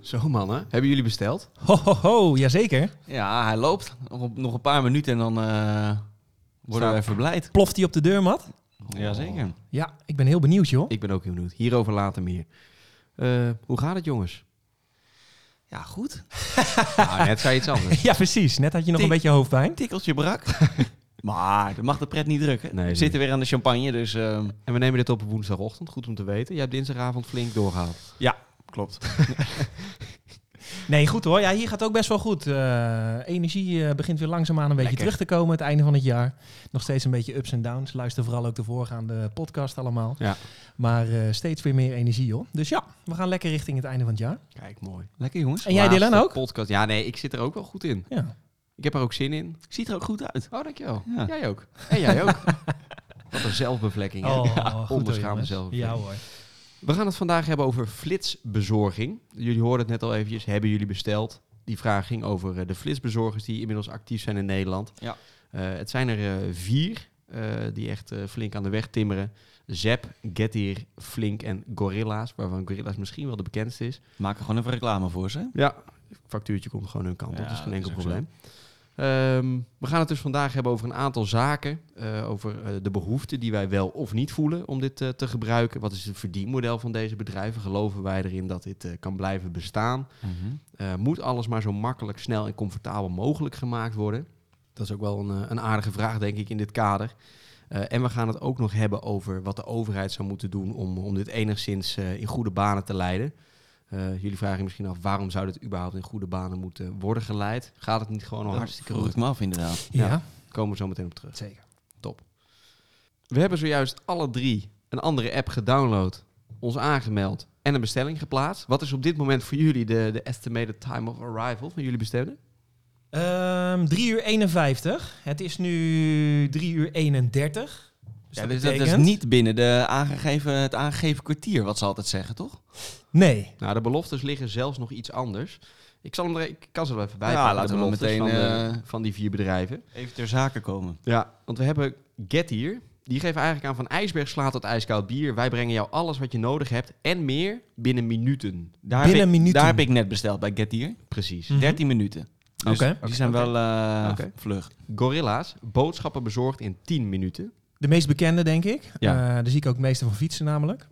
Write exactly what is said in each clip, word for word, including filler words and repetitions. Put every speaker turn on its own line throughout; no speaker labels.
Zo mannen, hebben jullie besteld?
Ho, ho, ho, jazeker.
Ja, hij loopt. Nog, op, nog een paar minuten en dan uh, worden we even verblijd.
Ploft hij op de deurmat?
Jazeker.
Ja, ik ben heel benieuwd, joh.
Ik ben ook heel benieuwd. Hierover later meer. Uh, hoe gaat het, jongens?
Ja, goed.
Nou, net zei je iets anders.
Ja, precies. Net had je nog
Tik-
een beetje hoofdpijn.
Tikkeltje brak. Maar dat mag de pret niet drukken.
Nee,
we
nee.
zitten weer aan de champagne, dus... Uh...
En we nemen dit op woensdagochtend, goed om te weten. Jij hebt dinsdagavond flink doorgehaald.
Ja, klopt.
Nee, goed hoor. Ja, hier gaat het ook best wel goed. Uh, energie uh, begint weer langzaamaan een beetje
Lekker.
terug te komen. Het einde van het jaar. Nog steeds een beetje ups en downs. Luister vooral ook de voorgaande podcast allemaal.
Ja.
Maar uh, steeds weer meer energie, hoor. Dus ja, we gaan lekker richting het einde van het jaar.
Kijk, mooi.
Lekker, jongens.
En jij, Dylan, ook?
Podcast. Ja, nee, ik zit er ook wel goed in.
Ja.
Ik heb er ook zin in.
Ziet er ook goed uit.
Oh, dankjewel.
Ja.
Jij ook. En jij ook. Wat een zelfbevlekking. hè?
Oh,
Ja,
goed hoor,
onbeschaamde
jongens.
zelfbevlekking.
Ja hoor.
We gaan het vandaag hebben over flitsbezorging. Jullie hoorden het net al eventjes. Hebben jullie besteld? Die vraag ging over uh, de flitsbezorgers die inmiddels actief zijn in Nederland.
Ja.
Uh, het zijn er uh, vier uh, die echt uh, flink aan de weg timmeren. Zep, Getir, Flink en Gorilla's. Waarvan Gorilla's misschien wel de bekendste is.
Maak er gewoon even reclame voor ze.
Ja, factuurtje komt gewoon hun kant op.
Ja,
dat is geen
dat
enkel
is ook
probleem. Um, we gaan het dus vandaag hebben over een aantal zaken. Uh, over uh, de behoeften die wij wel of niet voelen om dit uh, te gebruiken. Wat is het verdienmodel van deze bedrijven? Geloven wij erin dat dit uh, kan blijven bestaan?
Mm-hmm.
Uh, moet alles maar zo makkelijk, snel en comfortabel mogelijk gemaakt worden? Dat is ook wel een, uh, een aardige vraag, denk ik, in dit kader. Uh, en we gaan het ook nog hebben over wat de overheid zou moeten doen om, om dit enigszins uh, in goede banen te leiden. Uh, jullie vragen je misschien af, waarom zou dit überhaupt in goede banen moeten worden geleid? Gaat het niet gewoon al
Dat
hartstikke
vroeg
goed?
ik me af, inderdaad.
Ja,
Ja. Komen we zo meteen op terug.
zeker.
Top. We hebben zojuist alle drie een andere app gedownload, ons aangemeld en een bestelling geplaatst. Wat is op dit moment voor jullie de, de estimated time of arrival van jullie bestellen?
Um, drie uur eenenvijftig. Het is nu drie uur eenendertig. Dus
Ja,
dat
dus dat is
betekent...
niet binnen de aangegeven, het aangegeven kwartier, wat ze altijd zeggen, toch?
Nee.
Nou, de beloftes liggen zelfs nog iets anders. Ik, zal hem er, ik kan ze er wel even bij
Ja,
pakken,
laten
de
we dan
beloftes
meteen,
van, de-
uh,
van die vier bedrijven.
Even ter zake komen.
Ja, want we hebben Getir. Die geven eigenlijk aan van ijsbergsla tot ijskoud bier. Wij brengen jou alles wat je nodig hebt en meer binnen minuten.
Daar
Binnen
heb ik,
minuten.
Daar heb ik net besteld bij Getir.
Precies.
Mhm.
dertien minuten. Dus
Oké.
die zijn
Oké.
wel uh,
Oké.
vlug.
Gorilla's, boodschappen bezorgd in tien minuten.
De meest bekende, denk ik.
Ja.
Uh, daar zie ik ook het meeste van fietsen namelijk.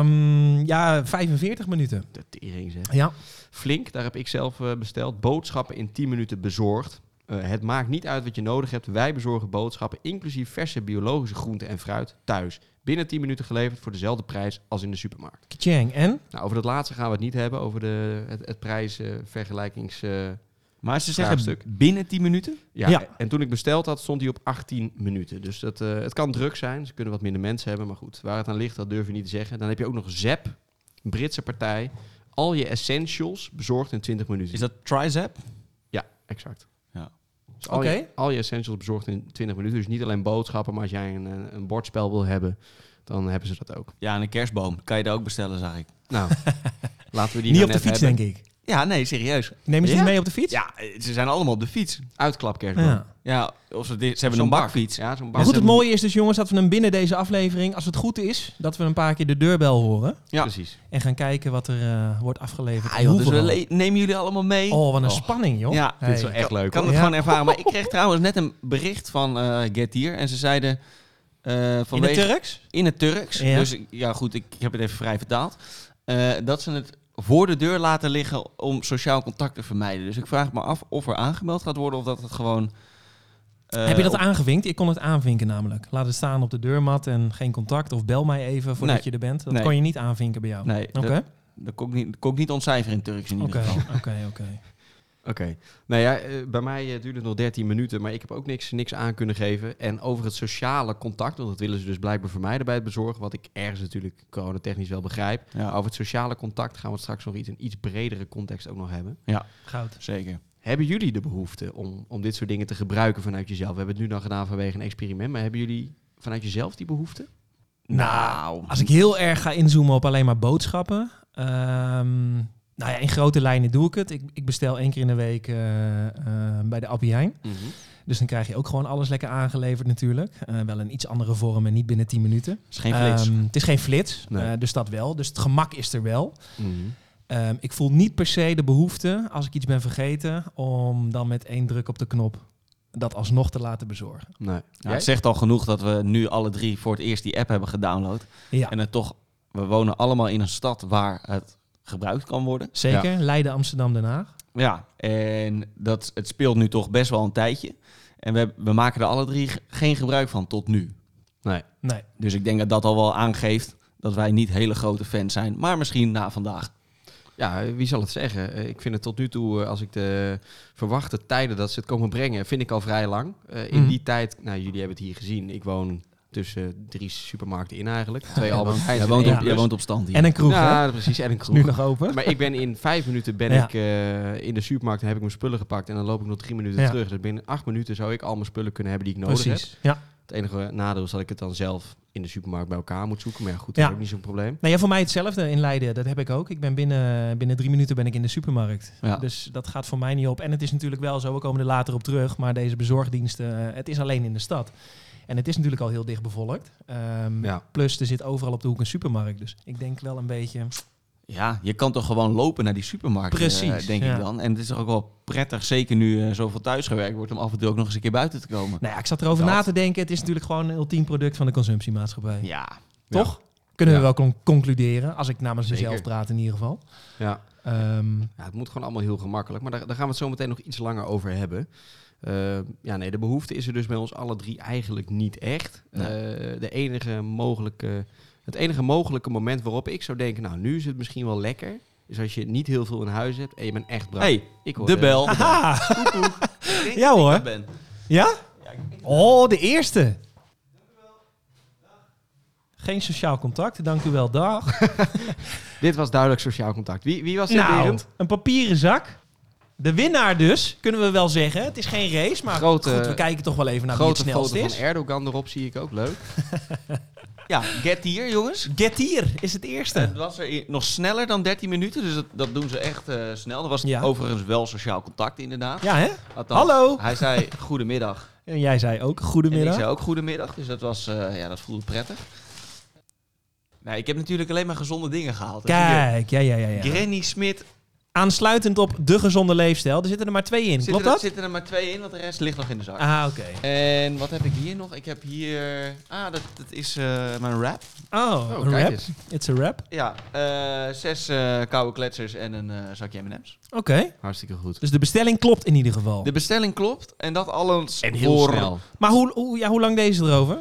Um, ja, vijfenveertig minuten.
De tering zeg.
Ja.
Flink, daar heb ik zelf uh, besteld. Boodschappen in tien minuten bezorgd. Uh, het maakt niet uit wat je nodig hebt. Wij bezorgen boodschappen, inclusief verse biologische groenten en fruit, thuis. Binnen tien minuten geleverd voor dezelfde prijs als in de supermarkt.
Kitjang. En?
Nou, over dat laatste gaan we het niet hebben. Over de, het, het prijsvergelijkings... Uh,
Maar ze zeggen
Vraagstuk.
binnen tien minuten?
ja,
Ja.
En toen ik besteld had, stond hij op achttien minuten. Dus dat, uh, het kan druk zijn. Ze kunnen wat minder mensen hebben. Maar goed, waar het aan ligt, dat durf je niet te zeggen. Dan heb je ook nog Zep, een Britse partij. Al je essentials bezorgd in twintig minuten.
Is dat Trizap?
Ja, exact.
Ja.
Dus al,
Oké.
je, al je essentials bezorgd in twintig minuten. Dus niet alleen boodschappen, maar als jij een, een, een bordspel wil hebben, dan hebben ze dat ook.
Ja, en een kerstboom. Kan je daar ook bestellen, zag ik.
Nou, laten we die
Niet
nou
op de
net
fiets,
hebben.
denk ik.
Ja, nee, serieus.
Nemen ze
Ja?
die mee op de fiets?
Ja, ze zijn allemaal op de fiets.
Uitklapkerstboom.
Ja.
Ja, of ze, ze hebben
Zo'n
een
bak.
bakfiets.
Ja, zo'n bak.
Maar goed, het
ze-
mooie is dus, jongens, dat we hem binnen deze aflevering, als het goed is, dat we een paar keer de deurbel horen.
Ja.
Precies.
En gaan kijken wat er uh, wordt afgeleverd.
Ah,
en
joh, dus
hoeveel.
we le- nemen jullie allemaal mee.
Oh, wat een
Oh.
spanning, joh.
Ja,
Dit is wel echt leuk.
Ik kan
hoor.
het
Ja.
gewoon ervaren. Maar ik kreeg trouwens net een bericht van uh, Getir. En ze zeiden... Uh,
In
vanwege,
het Turks?
In het Turks.
Ja.
Dus ja, goed, ik heb het even vrij vertaald. Uh, dat ze het voor de deur laten liggen om sociaal contact te vermijden. Dus ik vraag me af of er aangemeld gaat worden of dat het gewoon... Uh,
Heb je dat
op-
aangevinkt? Ik kon het aanvinken namelijk. Laat het staan op de deurmat en geen contact. Of bel mij even voordat
Nee.
je er bent. Dat
Nee.
kon je niet aanvinken bij jou.
Nee,
Oké,
dat, dat kon ik niet, kon ik niet ontcijferen in het Turks in ieder
oké,
geval.
oké, oké.
Oké. Nou ja, uh, bij mij uh, duurde het nog dertien minuten, maar ik heb ook niks, niks aan kunnen geven. En over het sociale contact, want dat willen ze dus blijkbaar vermijden bij het bezorgen, wat ik ergens natuurlijk coronatechnisch wel begrijp.
Ja.
Over het sociale contact gaan we het straks nog iets in iets bredere context ook nog hebben.
Ja,
Goud.
zeker.
Hebben jullie de behoefte om, om dit soort dingen te gebruiken vanuit jezelf? We hebben het nu dan gedaan vanwege een experiment, maar hebben jullie vanuit jezelf die behoefte?
Nou, als ik heel erg ga inzoomen op alleen maar boodschappen. Um, nou ja, in grote lijnen doe ik het. Ik, ik bestel één keer in de week uh, uh, bij de Appie Heijn.
Mm-hmm.
Dus dan krijg je ook gewoon alles lekker aangeleverd natuurlijk. Uh, wel in iets andere vorm en niet binnen tien minuten.
Het is geen flits.
Um, het is geen flits,
Nee.
uh, dus dat wel. Dus het gemak is er wel.
Mm-hmm.
Um, ik voel niet per se de behoefte, als ik iets ben vergeten, om dan met één druk op de knop dat alsnog te laten bezorgen.
Nee.
Ja, het zegt al genoeg dat we nu alle drie voor het eerst die app hebben gedownload.
Ja,
En het toch, we wonen allemaal in een stad waar het gebruikt kan worden.
zeker.
Ja.
Leiden, Amsterdam, Den Haag.
Ja, en dat, het speelt nu toch best wel een tijdje. En we, we maken er alle drie g- geen gebruik van tot nu.
Nee.
Nee.
Dus ik denk dat dat al wel aangeeft dat wij niet hele grote fans zijn. Maar misschien na vandaag.
Ja, wie zal het zeggen? Uh, ik vind het tot nu toe, uh, als ik de verwachte tijden dat ze het komen brengen, vind ik al vrij lang. Uh, in
Mm.
die tijd, nou jullie hebben het hier gezien, ik woon tussen drie supermarkten in eigenlijk. Twee
Jij
Albert
woont,
Heijns
jij
en
woont,
één
op, jij
Plus.
woont op stand hier.
En een kroeg,
Ja,
hè?
precies. En een
Is
kroeg.
nu nog open.
Maar ik ben in vijf minuten ben
Ja.
ik uh, in de supermarkt en heb ik mijn spullen gepakt. En dan loop ik nog drie minuten
Ja.
terug. Dus binnen acht minuten zou ik al mijn spullen kunnen hebben die ik nodig heb.
Precies. Ja.
Het enige nadeel is dat ik het dan zelf in de supermarkt bij elkaar moet zoeken. Maar ja, goed, dat
Ja.
is ook niet zo'n probleem.
Nou ja, voor mij hetzelfde in Leiden. Dat heb ik ook. Ik ben binnen, binnen drie minuten ben ik in de supermarkt.
Ja.
Dus dat gaat voor mij niet op. En het is natuurlijk wel zo, we komen er later op terug. Maar deze bezorgdiensten, uh, het is alleen in de stad. En het is natuurlijk al heel dicht bevolkt. Um,
Ja.
Plus, er zit overal op de hoek een supermarkt. Dus ik denk wel een beetje...
Ja, je kan toch gewoon lopen naar die supermarkt,
Precies,
eh, denk
ja.
ik dan. En het is toch ook wel prettig, zeker nu uh, zoveel thuisgewerkt wordt, om af en toe ook nog eens een keer buiten te komen.
Nou ja, ik zat erover
Dat.
na te denken. Het is natuurlijk gewoon een ultiem product van de consumptiemaatschappij.
Ja,
Toch? Kunnen we
Ja.
wel con- concluderen. Als ik namens
Zeker.
mezelf praat in ieder geval.
Ja.
Um,
Ja, het moet gewoon allemaal heel gemakkelijk. Maar daar, daar gaan we het zo meteen nog iets langer over hebben. Uh, ja, nee, de behoefte is er dus bij ons alle drie eigenlijk niet echt.
Nee.
Uh, de enige mogelijke, het enige mogelijke moment waarop ik zou denken, nou, nu is het misschien wel lekker, is als je niet heel veel in huis hebt en je bent echt braaf.
hey,
ik hoor
de bel.
haha.
Ik denk
Ja,
dat ik
hoor.
dat ben.
Ja? Oh, de eerste. Geen sociaal contact, dank u wel, dag.
Dit was duidelijk sociaal contact. Wie, wie was dit,
Nou,
Berend?
een papieren zak. De winnaar dus, kunnen we wel zeggen. Het is geen race, maar
Grote-
goed, we kijken toch wel even naar wie het
Grote
snelst
foto
is.
van Erdogan erop zie ik ook. Leuk.
Ja, get hier, jongens.
Get hier is het eerste.
Het was er i- nog sneller dan dertien minuten, dus dat, dat doen ze echt uh, snel. Dat was
Ja.
overigens wel sociaal contact, inderdaad.
Ja, hè?
Althans,
Hallo.
Hij zei goedemiddag.
En jij zei ook
En
goedemiddag.
ik zei ook goedemiddag, dus dat, was, uh, ja, dat voelde prettig. Nee, ik heb natuurlijk alleen maar gezonde dingen gehaald. hè.
Kijk, ja, ja, ja. ja.
Granny Smit.
Aansluitend op de gezonde leefstijl. Er zitten er maar twee in,
Zitten
klopt
er,
dat?
zitten er maar twee in, want de rest ligt nog in de zak.
Ah, oké.
En wat heb ik hier nog? Ik heb hier... Ah, dat, dat is uh, mijn wrap.
Oh,
Oh,
een
kijk
rap.
eens.
It's a rap.
Ja, uh, zes uh, koude kletsers en een uh, zakje M en M's.
Oké.
Hartstikke goed.
Dus de bestelling klopt in ieder geval.
De bestelling klopt en dat alles
En heel
voor...
snel.
Maar hoe, hoe, ja, hoe lang deze erover?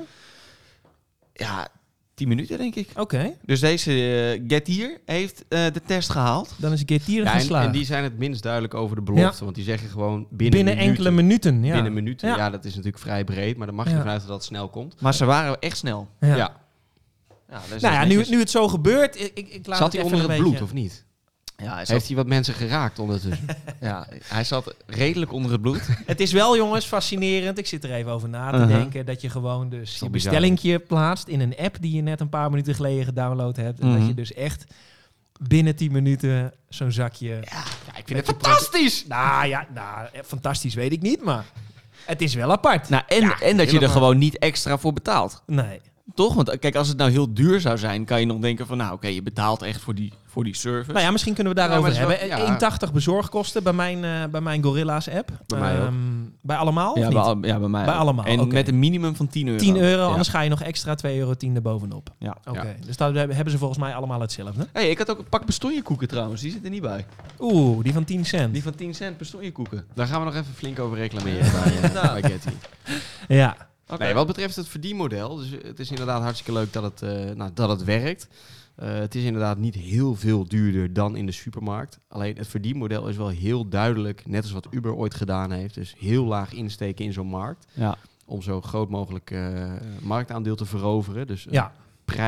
Ja, tien minuten denk ik.
Oké.
Dus deze uh, Get Here heeft uh, de test gehaald.
Dan is Get hier
Ja, en,
geslaagd.
en die zijn het minst duidelijk over de belofte.
Ja.
Want die zeggen gewoon binnen,
Binnen
minuten.
enkele minuten, ja.
Binnen minuten.
Ja.
Ja. dat is natuurlijk vrij breed. Maar dan mag je
Ja.
ervan uit dat het snel komt.
Maar ze waren echt snel.
Ja.
Ja.
Ja, dus
Nou ja,
dat is
nu,
netjes.
nu het zo gebeurt, ik, ik, ik laat
Zat
het
hij
even
onder het
een
bloed
beetje-
of niet?
Ja, hij, zat,
Heeft hij wat mensen geraakt ondertussen?
ja, hij zat redelijk onder het bloed.
Het is wel, jongens, fascinerend. Ik zit er even over na te
Uh-huh.
denken. Dat je gewoon dus je
wel
bestellingje plaatst in een app die je net een paar minuten geleden gedownload hebt. En
Mhm.
dat je dus echt binnen tien minuten zo'n zakje...
Ja, ik
Met
vind het
die
fantastisch!
Nou ja, nou, eh, fantastisch weet ik niet, maar het is wel apart.
Nou, en, en dat je er
helemaal.
gewoon niet extra voor betaalt.
Nee.
Toch? Want kijk, als het nou heel duur zou zijn, kan je nog denken van... Nou, oké, je betaalt echt voor die, voor die service.
Nou ja, misschien kunnen we
Ja,
daarover
maar het is
hebben.
wel- ja.
één tachtig bezorgkosten bij mijn, eh, bij mijn Gorilla's app.
Bij mij ook.
Ehm, Bij allemaal
ja,
of
bij,
niet?
al- ja, bij mij
Bij
ook.
allemaal,
En
oké.
met een minimum van tien euro.
tien euro,
Ja.
anders ga je nog extra twee euro tien erbovenop.
Ja.
Oké,
Ja.
dus daar hebben ze volgens mij allemaal hetzelfde.
Hey, ik had ook een pak bestonjekoeken trouwens, die zit er niet bij.
Oeh, die van tien cent.
Die van tien cent bestonjekoeken.
Daar gaan we nog even flink over reclameren bij, uh,
Nou.
bij Getty.
Ja.
Oké.
Nee, wat betreft het verdienmodel, dus het is inderdaad hartstikke leuk dat het, uh, nou, dat het werkt. Uh, het is inderdaad niet heel veel duurder dan in de supermarkt. Alleen het verdienmodel is wel heel duidelijk, net als wat Uber ooit gedaan heeft. Dus heel laag insteken in zo'n markt.
Ja.
Om zo groot mogelijk uh, marktaandeel te veroveren. Dus een
Ja.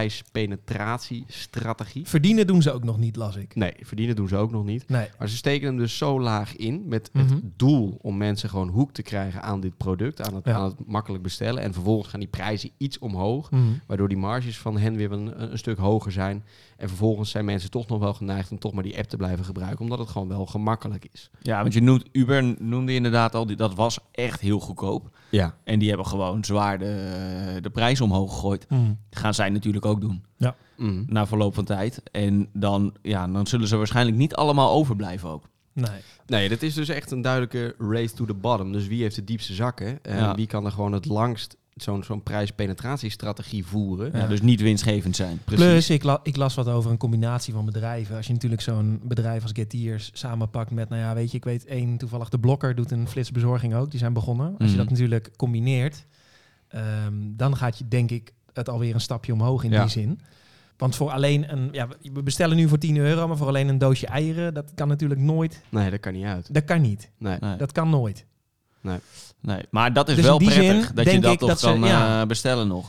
prijs-penetratiestrategie.
Verdienen doen ze ook nog niet, las ik.
Nee, verdienen doen ze ook nog niet.
Nee.
Maar ze steken hem dus zo laag in met
Mhm.
het doel om mensen gewoon hoek te krijgen aan dit product, aan het,
Ja.
aan het makkelijk bestellen. En vervolgens gaan die prijzen iets omhoog,
Mhm.
waardoor die marges van hen weer een, een stuk hoger zijn. En vervolgens zijn mensen toch nog wel geneigd om toch maar die app te blijven gebruiken, omdat het gewoon wel gemakkelijk is.
Ja, want je noemt Uber, noemde je inderdaad al, die, dat was echt heel goedkoop.
Ja.
En die hebben gewoon zwaar de, de prijs omhoog gegooid.
Mhm.
Gaan zij natuurlijk natuurlijk ook doen.
Ja.
Mm.
Na verloop van tijd. En dan, ja, dan zullen ze waarschijnlijk niet allemaal overblijven ook.
Nee.
Nee, dat is dus echt een duidelijke race to the bottom. Dus wie heeft de diepste zakken? En
Ja.
wie kan er gewoon het langst zo'n, zo'n prijs-penetratiestrategie voeren?
Ja,
Ja.
dus niet winstgevend zijn.
Plus, ik, la, ik las wat over een combinatie van bedrijven. Als je natuurlijk zo'n bedrijf als Getir samenpakt met, nou ja, weet je, ik weet één toevallig, de Blokker doet een flitsbezorging ook. Die zijn begonnen. Als je
Mhm.
dat natuurlijk combineert, um, dan gaat je, denk ik, het alweer een stapje omhoog in
Ja.
die zin. Want voor alleen een, ja, we bestellen nu voor tien euro, maar voor alleen een doosje eieren, dat kan natuurlijk nooit.
Nee, dat kan niet uit.
Dat kan niet.
Nee.
Nee.
Dat kan nooit.
Nee, maar dat is
Dus
wel
in die
prettig
zin
dat je
denk
dat
ik
toch
dat ze-
kan
ja.
eh, bestellen nog.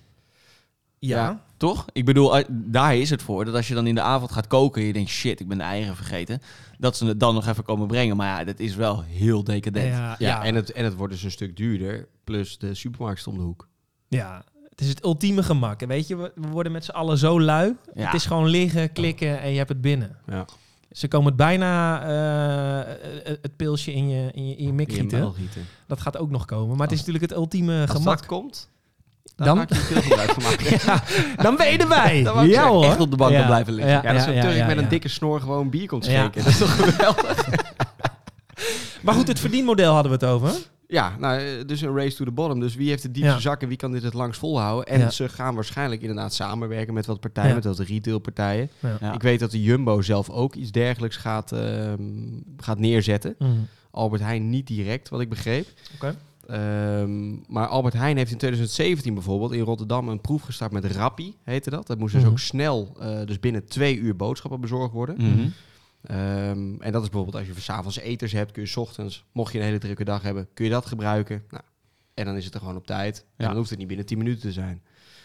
Ja.
Ja.
Toch? Ik bedoel, eh, daar is het voor. Dat als je dan in de avond gaat koken en je denkt, shit, ik ben de eieren vergeten. Dat ze het dan nog even komen brengen. Maar ja, dat is wel heel decadent.
Ja,
Ja,
ja.
En, het, en het wordt dus een stuk duurder. Plus de supermarkt is om de hoek.
Ja, het is het ultieme gemak. En weet je, we, we worden met z'n allen zo lui.
Ja.
Het is gewoon liggen, klikken en je hebt het binnen.
Ja.
Ze komen het bijna uh, het pilsje in je, in je, in je mik
In je
gieten.
mel gieten.
Dat gaat ook nog komen. Maar het is
Als-
natuurlijk het ultieme
Als
gemak.
dat komt, dan,
Dan-
dan ga ik er veel gebruik van maken.
Ja, dan ben je erbij.
Dat wou ik
ja
zeggen.
hoor.
Echt op de bank
Ja.
blijven liggen.
Ja,
Ja, dat is
ja,
een Turk
ja,
met
ja.
een dikke snor gewoon bier komt
Ja.
schenken. Dat is toch geweldig?
Maar goed, het verdienmodel hadden we het over.
Ja, nou, eh, dus een race to the bottom. Dus wie heeft de diepste
Ja.
zakken, wie kan dit het langst volhouden? En
Ja.
ze gaan waarschijnlijk inderdaad samenwerken met wat partijen,
Ja.
met wat retailpartijen.
Ja.
Ja.
Ik weet dat de Jumbo zelf ook iets dergelijks gaat, ehm, gaat neerzetten.
Mm.
Albert Heijn niet direct, wat ik begreep.
Oké.
Ehm, maar Albert Heijn heeft in twintig zeventien bijvoorbeeld in Rotterdam een proef gestart met Rappi, heette dat. Dat moest dus
Mhm.
ook snel, eh, dus binnen twee uur boodschappen bezorgd worden.
Mhm.
Ehm, en dat is bijvoorbeeld als je 's avonds eters hebt, kun je 's ochtends, mocht je een hele drukke dag hebben, kun je dat gebruiken. Nou, en dan is het er gewoon op tijd. En
Ja.
dan hoeft het niet binnen tien minuten te zijn.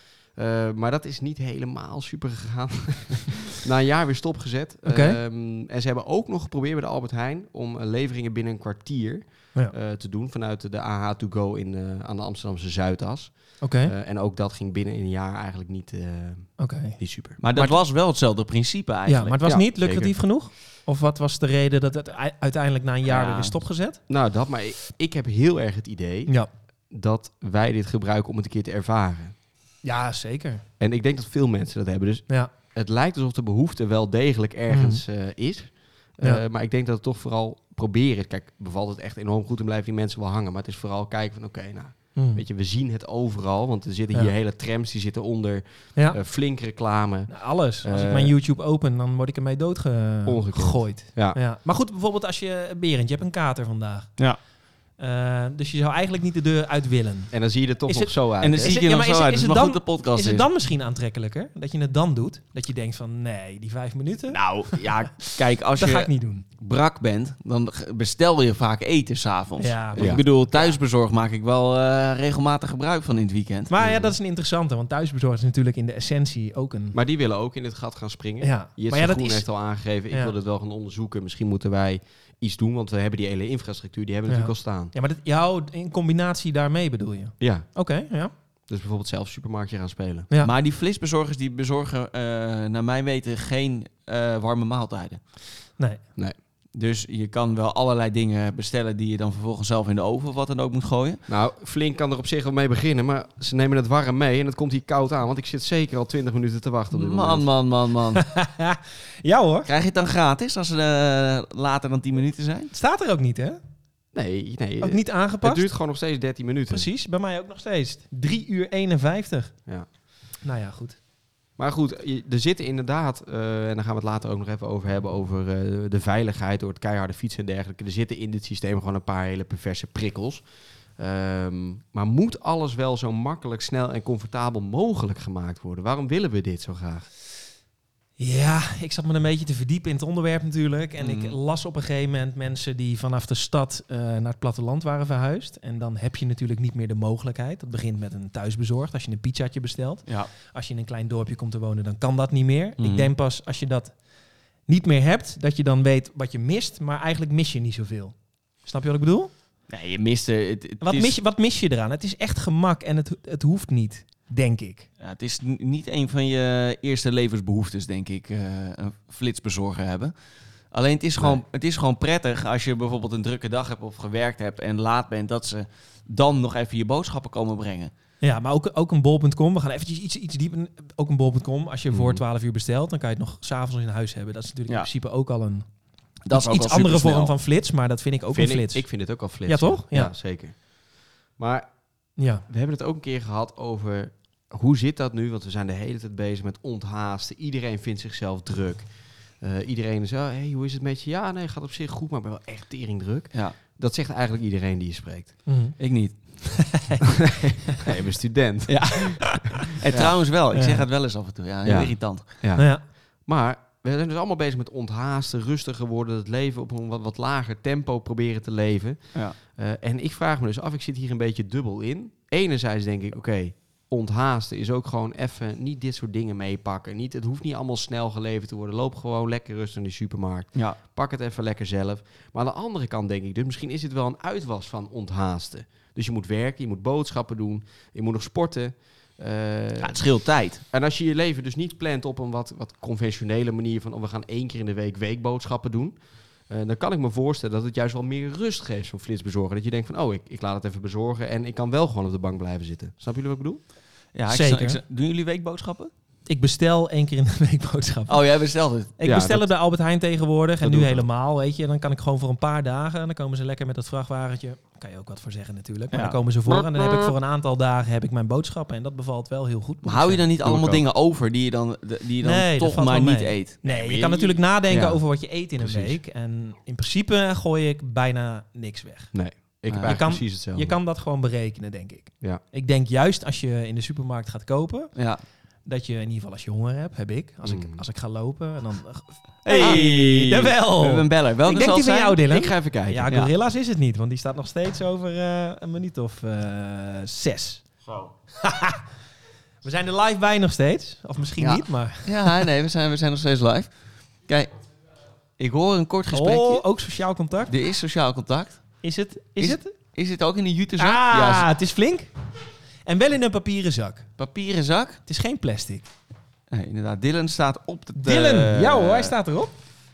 Uh, maar dat is niet helemaal super gegaan. Na een jaar weer stopgezet.
Oké.
Um, en ze hebben ook nog geprobeerd bij de Albert Heijn om uh, leveringen binnen een kwartier
Ja.
uh, te doen vanuit de A H to go in, uh, aan de Amsterdamse Zuidas.
Oké.
Uh, en ook dat ging binnen een jaar eigenlijk niet, uh,
Oké.
niet super.
Maar dat
Maar
was wel hetzelfde principe
Ja,
eigenlijk.
maar het was
Ja,
niet lucratief
zeker.
genoeg? Of wat was de reden dat het u- uiteindelijk na een jaar
Ja.
weer is stopgezet?
Nou, dat, maar ik, ik heb heel erg het idee
Ja.
dat wij dit gebruiken om het een keer te ervaren.
Ja, zeker.
En ik denk dat veel mensen dat hebben. Dus
Ja.
het lijkt alsof de behoefte wel degelijk ergens uh, is. Uh,
Ja.
Maar ik denk dat het toch vooral proberen. Kijk, bevalt het echt enorm goed en blijven die mensen wel hangen. Maar het is vooral kijken van oké, okay, nou,
Mm.
weet je, we zien het overal. Want er zitten
Ja.
hier hele trams, die zitten onder
Ja.
uh, flink reclame.
Nou, alles. Als ik
Eh,
mijn YouTube open, dan word ik ermee
Ongekend.
doodgegooid.
Ja.
Ja. Maar goed, bijvoorbeeld als je... Berend, je hebt een kater vandaag.
Ja.
Uh, dus je zou eigenlijk niet de deur uit willen.
En dan zie je er toch
Is
nog
het-
zo uit.
En dan
hè?
zie
het-
je er
ja,
nog
maar
zo
is
uit.
het-
Het
is
is
het
maar
dan-
goed de podcast
Is
is.
het dan misschien aantrekkelijker dat je het dan doet? Dat je denkt van, nee, die vijf minuten,
Nou, ja, kijk, als
dat ga ik
je
niet doen.
brak bent, dan g- bestel je vaak eten s'avonds.
Ja,
Ja.
Ik bedoel, thuisbezorgd maak ik wel eh, regelmatig gebruik van in het weekend.
Maar ja, dat is een interessante, want thuisbezorgd is natuurlijk in de essentie ook een...
Maar die willen ook in dit gat gaan springen.
Ja,
Jitse
maar ja, dat
Groen
is...
heeft al aangegeven, ik
Ja.
wil dit wel gaan onderzoeken. Misschien moeten wij iets doen, want we hebben die hele infrastructuur, die hebben we
Ja.
natuurlijk al staan.
Ja, maar dat, jou in combinatie daarmee bedoel je?
Ja,
Oké, ja.
dus bijvoorbeeld zelf supermarktje gaan spelen.
ja.
Maar die flitsbezorgers die bezorgen, eh, naar mijn weten, geen eh, warme maaltijden.
Nee.
Dus je kan wel allerlei dingen bestellen die je dan vervolgens zelf in de oven of wat dan ook moet gooien.
Nou, Flink kan er op zich wel mee beginnen, maar ze nemen het warm mee en het komt hier koud aan. Want ik zit zeker al twintig minuten te wachten op dit
Man,
moment.
man, man, man.
Ja hoor.
Krijg je het dan gratis als ze eh, later dan tien minuten zijn?
Het staat er ook niet, hè?
Nee, nee.
Ook niet
Het
aangepast.
duurt gewoon nog steeds dertien minuten.
Precies, bij mij ook nog steeds. drie uur eenenvijftig.
Ja.
Nou ja, goed.
Maar goed, je- er zitten inderdaad, uh, en daar gaan we het later ook nog even over hebben, over uh, de veiligheid door het keiharde fietsen en dergelijke. Er zitten in dit systeem gewoon een paar hele perverse prikkels. Um, maar moet alles wel zo makkelijk, snel en comfortabel mogelijk gemaakt worden? Waarom willen we dit zo graag?
Ja, ik zat me een beetje te verdiepen in het onderwerp natuurlijk. En
Mhm.
ik las op een gegeven moment mensen die vanaf de stad uh, naar het platteland waren verhuisd. En dan heb je natuurlijk niet meer de mogelijkheid. Dat begint met een thuisbezorgd, als je een pizzaatje bestelt.
Ja.
Als je in een klein dorpje komt te wonen, dan kan dat niet meer.
Mhm.
Ik denk pas als je dat niet meer hebt, dat je dan weet wat je mist. Maar eigenlijk mis je niet zoveel. Snap je wat ik bedoel?
Nee, je mist er. Het, het
Wat,
is,
mis je, wat mis je eraan? Het is echt gemak en het, het hoeft niet, denk ik.
Ja, het is n- niet een van je eerste levensbehoeftes, denk ik, uh, een flitsbezorger hebben. Alleen het is, gewoon,
Nee.
het is gewoon prettig als je bijvoorbeeld een drukke dag hebt of gewerkt hebt en laat bent, dat ze dan nog even je boodschappen komen brengen.
Ja, maar ook, ook een bol punt com. We gaan eventjes iets, iets dieper. Ook een bol punt com. Als je voor
Mhm.
twaalf uur bestelt, dan kan je het nog 's avonds in huis hebben. Dat is natuurlijk
Ja.
in principe ook al een
Dat
iets,
is ook
iets
wel
andere
supersnel.
vorm van flits, maar dat vind ik ook
Vind
een
ik,
flits.
ik vind het ook al flits.
Ja, toch?
Ja.
Ja.
zeker. Maar
Ja.
we hebben het ook een keer gehad over hoe zit dat nu? Want we zijn de hele tijd bezig met onthaasten. Iedereen vindt zichzelf druk. Uh, iedereen is, oh, hey, hoe is het met je? Ja, nee, gaat op zich goed, maar ik ben wel echt tering druk.
Ja,
Dat zegt eigenlijk iedereen die je spreekt.
Mhm.
ik niet.
Nee, je bent student.
Ja. En trouwens wel, ik
Ja.
zeg het wel eens af en toe. Ja, heel
Ja.
irritant.
Ja.
Nou ja.
Maar we zijn dus allemaal bezig met onthaasten, rustiger worden, het leven op een wat, wat lager tempo proberen te leven.
Ja.
Uh, en ik vraag me dus af, ik zit hier een beetje dubbel in. Enerzijds denk ik, oké, okay, onthaasten is ook gewoon even niet dit soort dingen meepakken. Niet, het hoeft niet allemaal snel geleverd te worden. Loop gewoon lekker rustig in de supermarkt.
Ja.
Pak het even lekker zelf. Maar aan de andere kant denk ik, dus misschien is het wel een uitwas van onthaasten. Dus je moet werken, je moet boodschappen doen, je moet nog sporten. Uh,
Ja, het scheelt tijd.
en als je je leven dus niet plant op een wat, wat conventionele manier van oh, we gaan één keer in de week weekboodschappen doen, uh, dan kan ik me voorstellen dat het juist wel meer rust geeft, zo'n flitsbezorger. Dat je denkt van oh, ik, ik laat het even bezorgen en ik kan wel gewoon op de bank blijven zitten. Snap jullie wat ik bedoel?
Ja, ik
Zeker.
sta- ik sta- doen jullie weekboodschappen?
Ik bestel één keer in de week boodschappen.
Oh, jij bestelt het.
Ik
Ja,
bestel
dat-
het bij Albert Heijn tegenwoordig. En
dat
nu
doe ik
helemaal, weet je. Dan kan ik gewoon voor een paar dagen. En dan komen ze lekker met dat vrachtwagentje. Daar kan je ook wat voor zeggen natuurlijk. Maar
Ja.
dan komen ze voor. En dan heb ik voor een aantal dagen heb ik mijn boodschappen. En dat bevalt wel heel goed. moet
Maar
ik
hou je
zeggen.
dan niet
Doe ik
allemaal
ook.
dingen over die je dan, de- die je dan
Nee, dat
toch
valt
maar
wel
niet
mee.
eet?
Nee,
maar
je
je-
kan natuurlijk nadenken
ja.
over wat je eet in een
Precies.
week. En in principe gooi ik bijna niks weg.
Nee, ik heb
Je
eigenlijk
kan-
precies hetzelfde.
Je kan dat gewoon berekenen, denk ik.
Ja.
Ik denk juist als je in de supermarkt gaat kopen,
Ja.
dat je in ieder geval als je honger hebt, heb ik. Als, ik,
Mm.
als ik ga lopen en dan...
Hey!
Jawel!
We hebben een beller. Welke
Ik denk
zal
die
het
van
zijn?
jou, Dylan.
Ik ga even kijken.
Ja,
Ja.
Gorilla's is het niet, want die staat nog steeds over eh, een minuut of eh, zes.
Zo.
We zijn er live bij nog steeds. Of misschien
Ja.
niet, maar...
Ja, nee, we zijn, we zijn nog steeds live. Kijk, ik hoor een kort gesprekje.
Oh, ook sociaal contact.
Er is sociaal contact.
Is het? Is,
Is-
het?
Is het ook in een jutezak?
Ah,
Ja,
het is flink. En wel in een papieren zak.
papieren zak.
Het is geen plastic.
Nee, inderdaad. Dylan staat op de...
Dylan,
eh,
ja hoor, hij staat erop.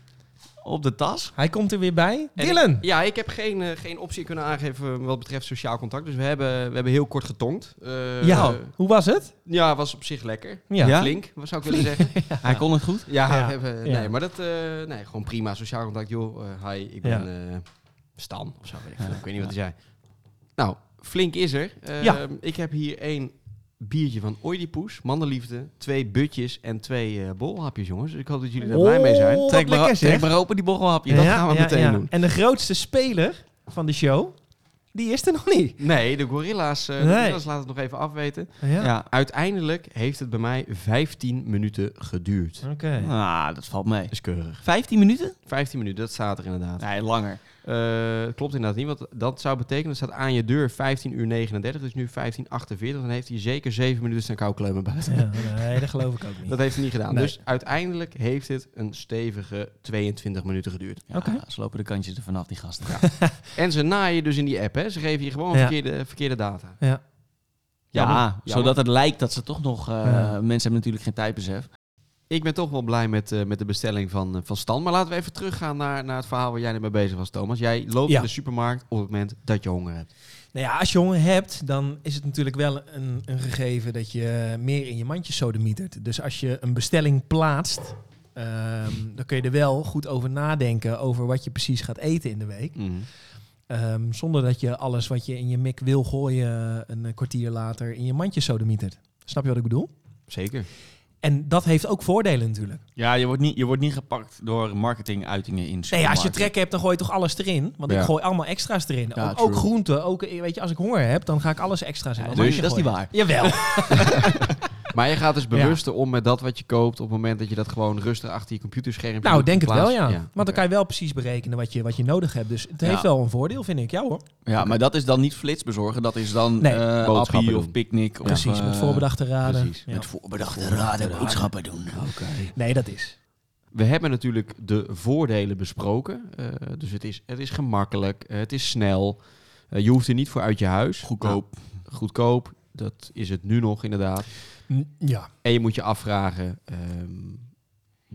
Op de tas.
Hij komt er weer bij.
En
Dylan!
ik- ja, ik heb geen, uh, geen optie kunnen aangeven wat betreft sociaal contact. Dus we hebben, we hebben heel kort getongd. Uh,
ja,
uh,
hoe was het?
ja, was op zich lekker.
Ja.
Ja?
Flink, wat zou ik willen zeggen.
Hij kon het goed.
Ja,
Ja.
we hebben,
Ja.
nee, maar dat, uh, nee, gewoon prima. Sociaal contact, joh. Uh, hi, ik ben
Ja.
uh, Stan, of zo weet ik veel.
Ja.
Ik weet niet wat hij zei. Nou, flink is er. Uh,
Ja.
Ik heb hier één biertje van Oedipus, Mandenliefde, twee butjes en twee uh, bolhapjes, jongens. Dus ik hoop dat jullie daar blij mee zijn.
Oh, wat
Trek maar,
lekker, zeg.
trek maar open die borrelhapje.
dat gaan we meteen doen.
En de grootste speler van de show, die is er nog niet.
Nee, de gorilla's, uh, de
Nee.
gorilla's laten het nog even afweten.
Ja.
Ja.
Uiteindelijk heeft het bij mij vijftien minuten geduurd.
Oké.
Ah, dat valt mee.
Dat is keurig.
vijftien minuten?
vijftien minuten, dat staat er inderdaad.
Nee, langer.
Uh, klopt inderdaad niet, want dat zou betekenen, dat staat aan je deur vijftien uur negenendertig, dus nu vijftien achtenveertig. Dan heeft hij zeker zeven minuten zijn koukleumen buiten.
Ja, nee, dat geloof ik ook niet.
Dat heeft hij niet gedaan.
Nee.
Dus uiteindelijk heeft het een stevige tweeëntwintig minuten geduurd.
Ja,
Oké.
ze lopen de kantjes er vanaf, die gasten.
En ze naaien dus in die app, hè. Ze geven je gewoon
Ja.
verkeerde, verkeerde data.
Ja.
Ja,
Jammer. Jammer.
zodat het lijkt dat ze toch nog... uh,
Ja.
Mensen hebben natuurlijk geen tijdbesef.
Ik ben toch wel blij met, uh, met de bestelling van, uh, van Stan. Maar laten we even teruggaan naar, naar het verhaal waar jij net mee bezig was, Thomas. Jij loopt
Ja.
in de supermarkt op het moment dat je honger hebt.
Nou ja, als je honger hebt, dan is het natuurlijk wel een, een gegeven dat je meer in je mandje sodemietert. Dus als je een bestelling plaatst, ehm, dan kun je er wel goed over nadenken over wat je precies gaat eten in de week.
Mm.
Ehm, zonder dat je alles wat je in je mik wil gooien een kwartier later in je mandje sodemietert. Snap je wat ik bedoel?
Zeker.
En dat heeft ook voordelen natuurlijk.
Ja, je wordt niet, je wordt niet gepakt door marketinguitingen in
Nee, als je trek hebt, dan gooi je toch alles erin? Want
Ja.
ik gooi allemaal extra's erin.
Ja,
ook,
true.
ook groenten. Ook, weet je, als ik honger heb, dan ga ik alles extra's in.
Ja,
mijn
dus
mandje
dat is niet
gooien.
waar.
Jawel.
Maar je gaat dus bewuster om met dat wat je koopt op het moment dat je dat gewoon rustig achter je computerscherm
Nou, denk het wel, ja.
Want
Want dan kan je wel precies berekenen wat je, wat je nodig hebt. Dus het
Ja.
heeft wel een voordeel, vind ik. Ja hoor.
Ja, maar dat is dan niet flitsbezorgen. Dat is dan
Nee.
eh
Boodschappen
appie
doen.
of picknick. Of,
Precies, met
eh,
voorbedachte raden.
precies.
Ja.
Met voorbedachte raden boodschappen doen.
Nee, dat is.
We hebben natuurlijk de voordelen besproken. Uh, dus het is, het is gemakkelijk, uh, het is snel. Uh, je hoeft er niet voor uit je huis.
Goedkoop.
Nou, goedkoop, dat is het nu nog inderdaad.
N- Ja.
En je moet je afvragen, um,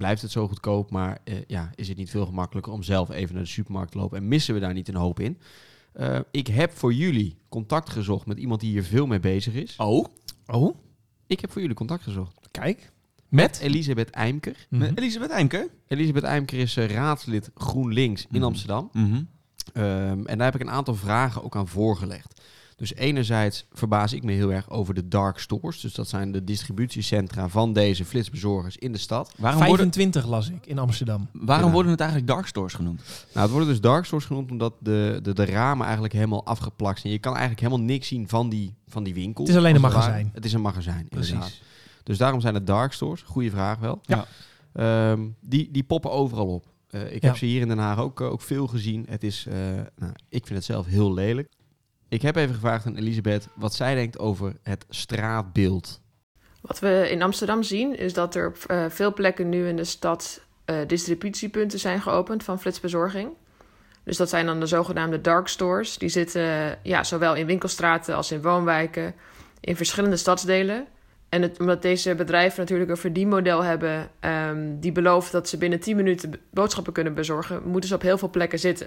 blijft het zo goedkoop, maar uh, ja, is het niet veel gemakkelijker om zelf even naar de supermarkt te lopen en missen we daar niet een hoop in. Uh, ik heb voor jullie contact gezocht met iemand die hier veel mee bezig is.
Oh?
Oh?
Ik heb voor jullie contact gezocht.
Kijk. Met?
Elisabeth Eimker.
Mm-hmm.
Met Elisabeth Eimker?
Elisabeth Eimker is uh, raadslid GroenLinks in
Mm-hmm.
Amsterdam.
Mm-hmm.
Um, en daar heb ik een aantal vragen ook aan voorgelegd. Dus enerzijds verbaas ik me heel erg over de dark stores. Dus dat zijn de distributiecentra van deze flitsbezorgers in de stad.
Waarom, worden,
vijfentwintig las ik in Amsterdam.
waarom
Ja.
worden het eigenlijk dark stores genoemd?
Nou, het worden dus dark stores genoemd omdat de, de, de ramen eigenlijk helemaal afgeplakt zijn. Je kan eigenlijk helemaal niks zien van die, van die winkel.
Het is alleen een
als het
magazijn.
ware. Het is een magazijn,
Precies.
inderdaad. Dus daarom zijn het dark stores. Goeie vraag wel.
Ja.
Um, die, die poppen overal op. Uh, ik
Ja.
heb ze hier in Den Haag ook, uh, ook veel gezien. Het is, uh, nou, ik vind het zelf heel lelijk. Ik heb even gevraagd aan Elisabeth wat zij denkt over het straatbeeld.
Wat we in Amsterdam zien is dat er op uh, veel plekken nu in de stad uh, distributiepunten zijn geopend van flitsbezorging. Dus dat zijn dan de zogenaamde dark stores. Die zitten uh, ja, zowel in winkelstraten als in woonwijken in verschillende stadsdelen. En het, omdat deze bedrijven natuurlijk een verdienmodel hebben um, die belooft dat ze binnen tien minuten boodschappen kunnen bezorgen, moeten ze op heel veel plekken zitten.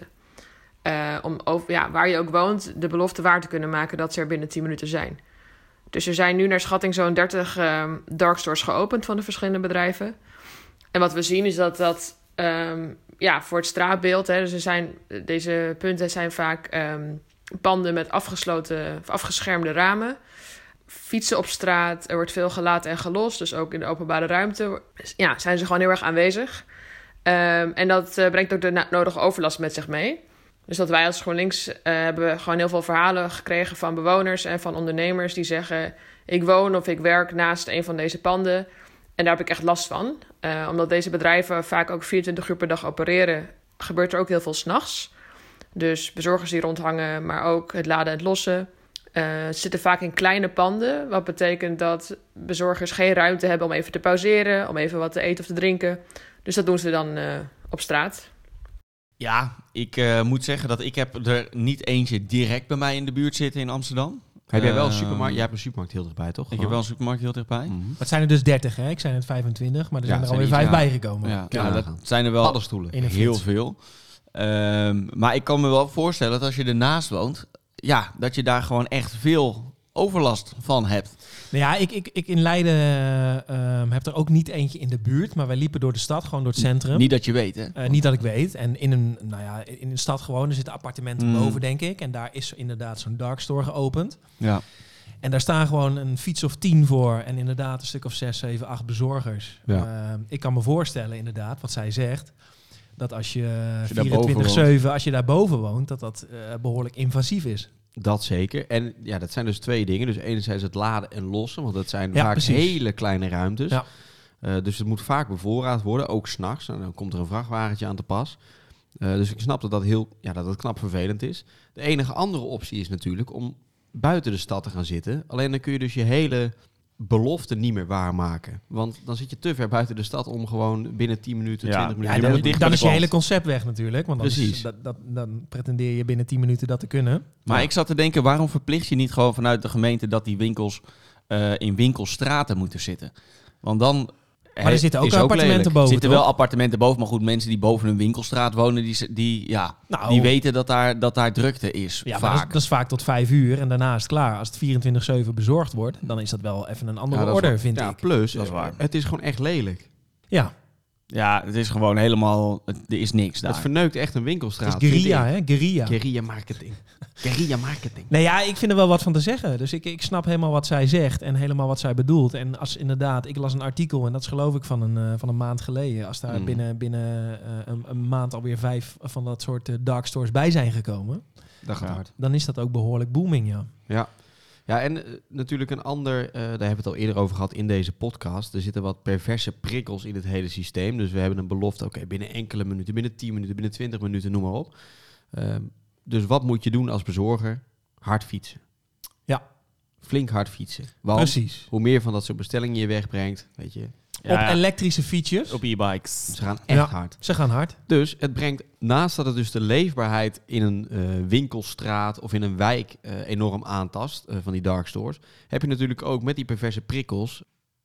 Uh, om over, ja, waar je ook woont, de belofte waar te kunnen maken dat ze er binnen tien minuten zijn. Dus er zijn nu naar schatting zo'n dertig um, dark stores geopend van de verschillende bedrijven. En wat we zien is dat dat um, ja, voor het straatbeeld, hè, dus er zijn, deze punten zijn vaak um, panden met afgesloten, afgeschermde ramen. Fietsen op straat, er wordt veel gelaten en gelost, dus ook in de openbare ruimte ja, zijn ze gewoon heel erg aanwezig. Um, en dat uh, brengt ook de na- nodige overlast met zich mee. Dus dat wij als GroenLinks uh, hebben gewoon heel veel verhalen gekregen van bewoners en van ondernemers die zeggen: ik woon of ik werk naast een van deze panden en daar heb ik echt last van. Uh, omdat deze bedrijven vaak ook vierentwintig uur per dag opereren, gebeurt er ook heel veel 's nachts. Dus bezorgers die rondhangen, maar ook het laden en het lossen. Uh, ze zitten vaak in kleine panden, wat betekent dat bezorgers geen ruimte hebben om even te pauzeren, om even wat te eten of te drinken. Dus dat doen ze dan uh, op straat.
Ja, ik uh, moet zeggen dat ik heb er niet eentje direct bij mij in de buurt zitten in Amsterdam.
Heb jij wel een
Uh,
supermarkt? Jij hebt een supermarkt heel dichtbij, toch?
Ik heb wel een supermarkt heel dichtbij.
Mm-hmm.
Het zijn er dus dertig, hè? Ik zei net vijfentwintig, maar er
Ja,
zijn er
het
alweer
zijn
vijf
iets, ja.
bijgekomen.
Ja,
Ja,
nou,
ja.
dat zijn er wel
Paddenstoelen.
In een
heel
flits.
veel. Um, maar ik kan me wel voorstellen dat als je ernaast woont, ja, dat je daar gewoon echt veel overlast van hebt.
Nou ja, ik, ik, ik in Leiden uh, um, heb er ook niet eentje in de buurt, maar wij liepen door de stad, gewoon door het centrum.
Niet dat je weet, hè?
Uh, niet dat ik weet. En in een, nou ja, in een stad gewoon, er zitten appartementen
Mm.
boven, denk ik. En daar is inderdaad zo'n dark store geopend.
Ja.
En daar staan gewoon een fiets of tien voor en inderdaad een stuk of zes, zeven, acht bezorgers.
Ja.
Uh, ik kan me voorstellen, inderdaad, wat zij zegt, dat als je,
Als je daarboven
vierentwintig zeven, als je daar boven woont, dat dat uh, behoorlijk invasief is.
Dat zeker. En ja, dat zijn dus twee dingen. Dus enerzijds het laden en lossen, want dat zijn
Ja,
vaak
precies.
hele kleine ruimtes.
Ja.
Uh, dus het moet vaak bevoorraad worden, ook 's nachts. En dan komt er een vrachtwagentje aan te pas. Uh, dus ik snap dat dat heel, ja, dat het knap vervelend is. De enige andere optie is natuurlijk om buiten de stad te gaan zitten. Alleen dan kun je dus je hele belofte niet meer waarmaken. Want dan zit je te ver buiten de stad om gewoon binnen tien minuten,
Ja.
twintig
Ja,
minuten...
je
dan,
moet dicht bij
dan
de
is je
klant.
hele concept weg natuurlijk. Want dan, is-
Precies.
dat, dat, dan pretendeer je binnen tien minuten dat te kunnen.
Maar
Ja.
ik zat te denken, waarom verplicht je niet gewoon vanuit de gemeente dat die winkels uh, in winkelstraten moeten zitten? Want dan...
Maar er zitten ook
is ook
appartementen
lelijk.
Er
boven,
zitten
toch?
wel appartementen boven, maar goed, mensen die boven een winkelstraat wonen, die, die, ja,
Nou,
die weten dat daar, dat daar drukte is.
Ja, maar dat
vaak.
is, dat is vaak tot vijf uur en daarna is het klaar. Als het vierentwintig zeven bezorgd wordt, dan is dat wel even een andere
Ja, dat is
orde,
waar.
vind
ja,
ik.
Plus,
Dat is waar.
het is gewoon echt lelijk.
Ja,
Ja, het is gewoon helemaal... het- Er is niks daar.
Het verneukt echt een
het
winkelstraat.
is guerrilla,
vind ik.
hè? Guerrilla.
Guerrilla marketing. Guerrilla marketing.
Nee, ja, ik vind er wel wat van te zeggen. Dus ik, ik snap helemaal wat zij zegt en helemaal wat zij bedoelt. En als inderdaad, ik las een artikel en dat is geloof ik van een, uh, van een maand geleden. Als daar
Mm.
binnen, binnen uh, een, een maand alweer vijf van dat soort uh, dark stores bij zijn gekomen,
Dat gaat
Ja.
hard.
dan is dat ook behoorlijk booming, ja.
Ja. Ja, en uh, natuurlijk een ander, uh, daar hebben we het al eerder over gehad in deze podcast. Er zitten wat perverse prikkels in het hele systeem. Dus we hebben een belofte, oké, okay, binnen enkele minuten, binnen tien minuten, binnen twintig minuten, noem maar op. Um, dus wat moet je doen als bezorger? Hard fietsen.
Ja.
Flink hard fietsen. Want
Precies.
hoe meer van dat soort bestellingen je wegbrengt, weet je,
Ja,
Op elektrische fietsjes.
op e-bikes.
ze gaan echt
Ja.
hard.
Ze gaan hard.
Dus het brengt, naast dat het dus de leefbaarheid in een uh, winkelstraat of in een wijk uh, enorm aantast, uh, van die dark stores, heb je natuurlijk ook met die perverse prikkels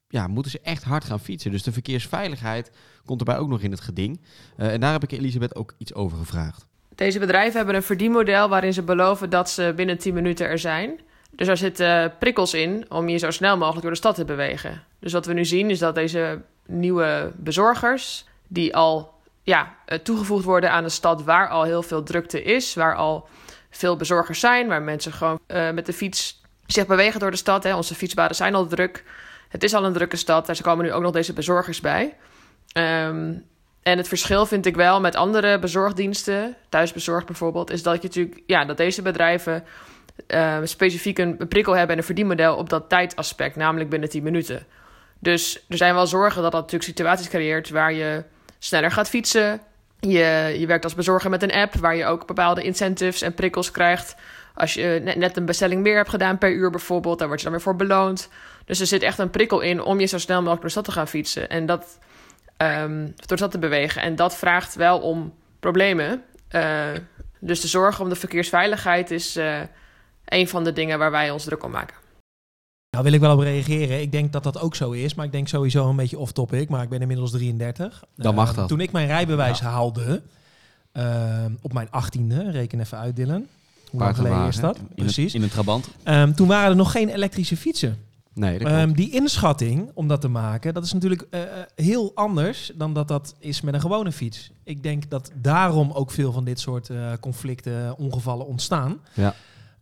ja, moeten ze echt hard gaan fietsen. Dus de verkeersveiligheid komt erbij ook nog in het geding. Uh, en daar heb ik Elisabeth ook iets over gevraagd.
Deze bedrijven hebben een verdienmodel waarin ze beloven dat ze binnen tien minuten er zijn. Dus daar zitten prikkels in om je zo snel mogelijk door de stad te bewegen. Dus wat we nu zien is dat deze nieuwe bezorgers, die al ja, toegevoegd worden aan de stad waar al heel veel drukte is, waar al veel bezorgers zijn, waar mensen gewoon uh, met de fiets zich bewegen door de stad. Hè. Onze fietspaden zijn al druk. Het is al een drukke stad. Daar komen nu ook nog deze bezorgers bij. Um, en het verschil vind ik wel met andere bezorgdiensten, thuisbezorgd bijvoorbeeld, is dat je natuurlijk, ja, dat deze bedrijven uh, specifiek een, een prikkel hebben en een verdienmodel op dat tijdaspect, namelijk binnen tien minuten. Dus er zijn wel zorgen dat dat natuurlijk situaties creëert waar je sneller gaat fietsen. Je, je werkt als bezorger met een app waar je ook bepaalde incentives en prikkels krijgt. Als je net, net een bestelling meer hebt gedaan per uur bijvoorbeeld, daar word je dan weer voor beloond. Dus er zit echt een prikkel in om je zo snel mogelijk door de stad te gaan fietsen. En dat um, door de stad te bewegen. En dat vraagt wel om problemen. Uh, dus de zorg om de verkeersveiligheid is uh, een van de dingen waar wij ons druk om maken.
Nou wil ik wel op reageren. Ik denk dat dat ook zo is. Maar ik denk sowieso een beetje off-topic. Maar ik ben inmiddels drieëndertig.
Dan mag
uh,
dat.
Toen ik mijn rijbewijs
ja.
haalde, uh, op mijn achttiende, reken even uit Dylan. Hoe lang geleden is dat?
In
Precies.
Een, in een trabant.
Um, toen waren er nog geen elektrische fietsen.
Nee, dat
um, die inschatting om dat te maken, dat is natuurlijk uh, heel anders dan dat dat is met een gewone fiets. Ik denk dat daarom ook veel van dit soort uh, conflicten, ongevallen ontstaan.
Ja.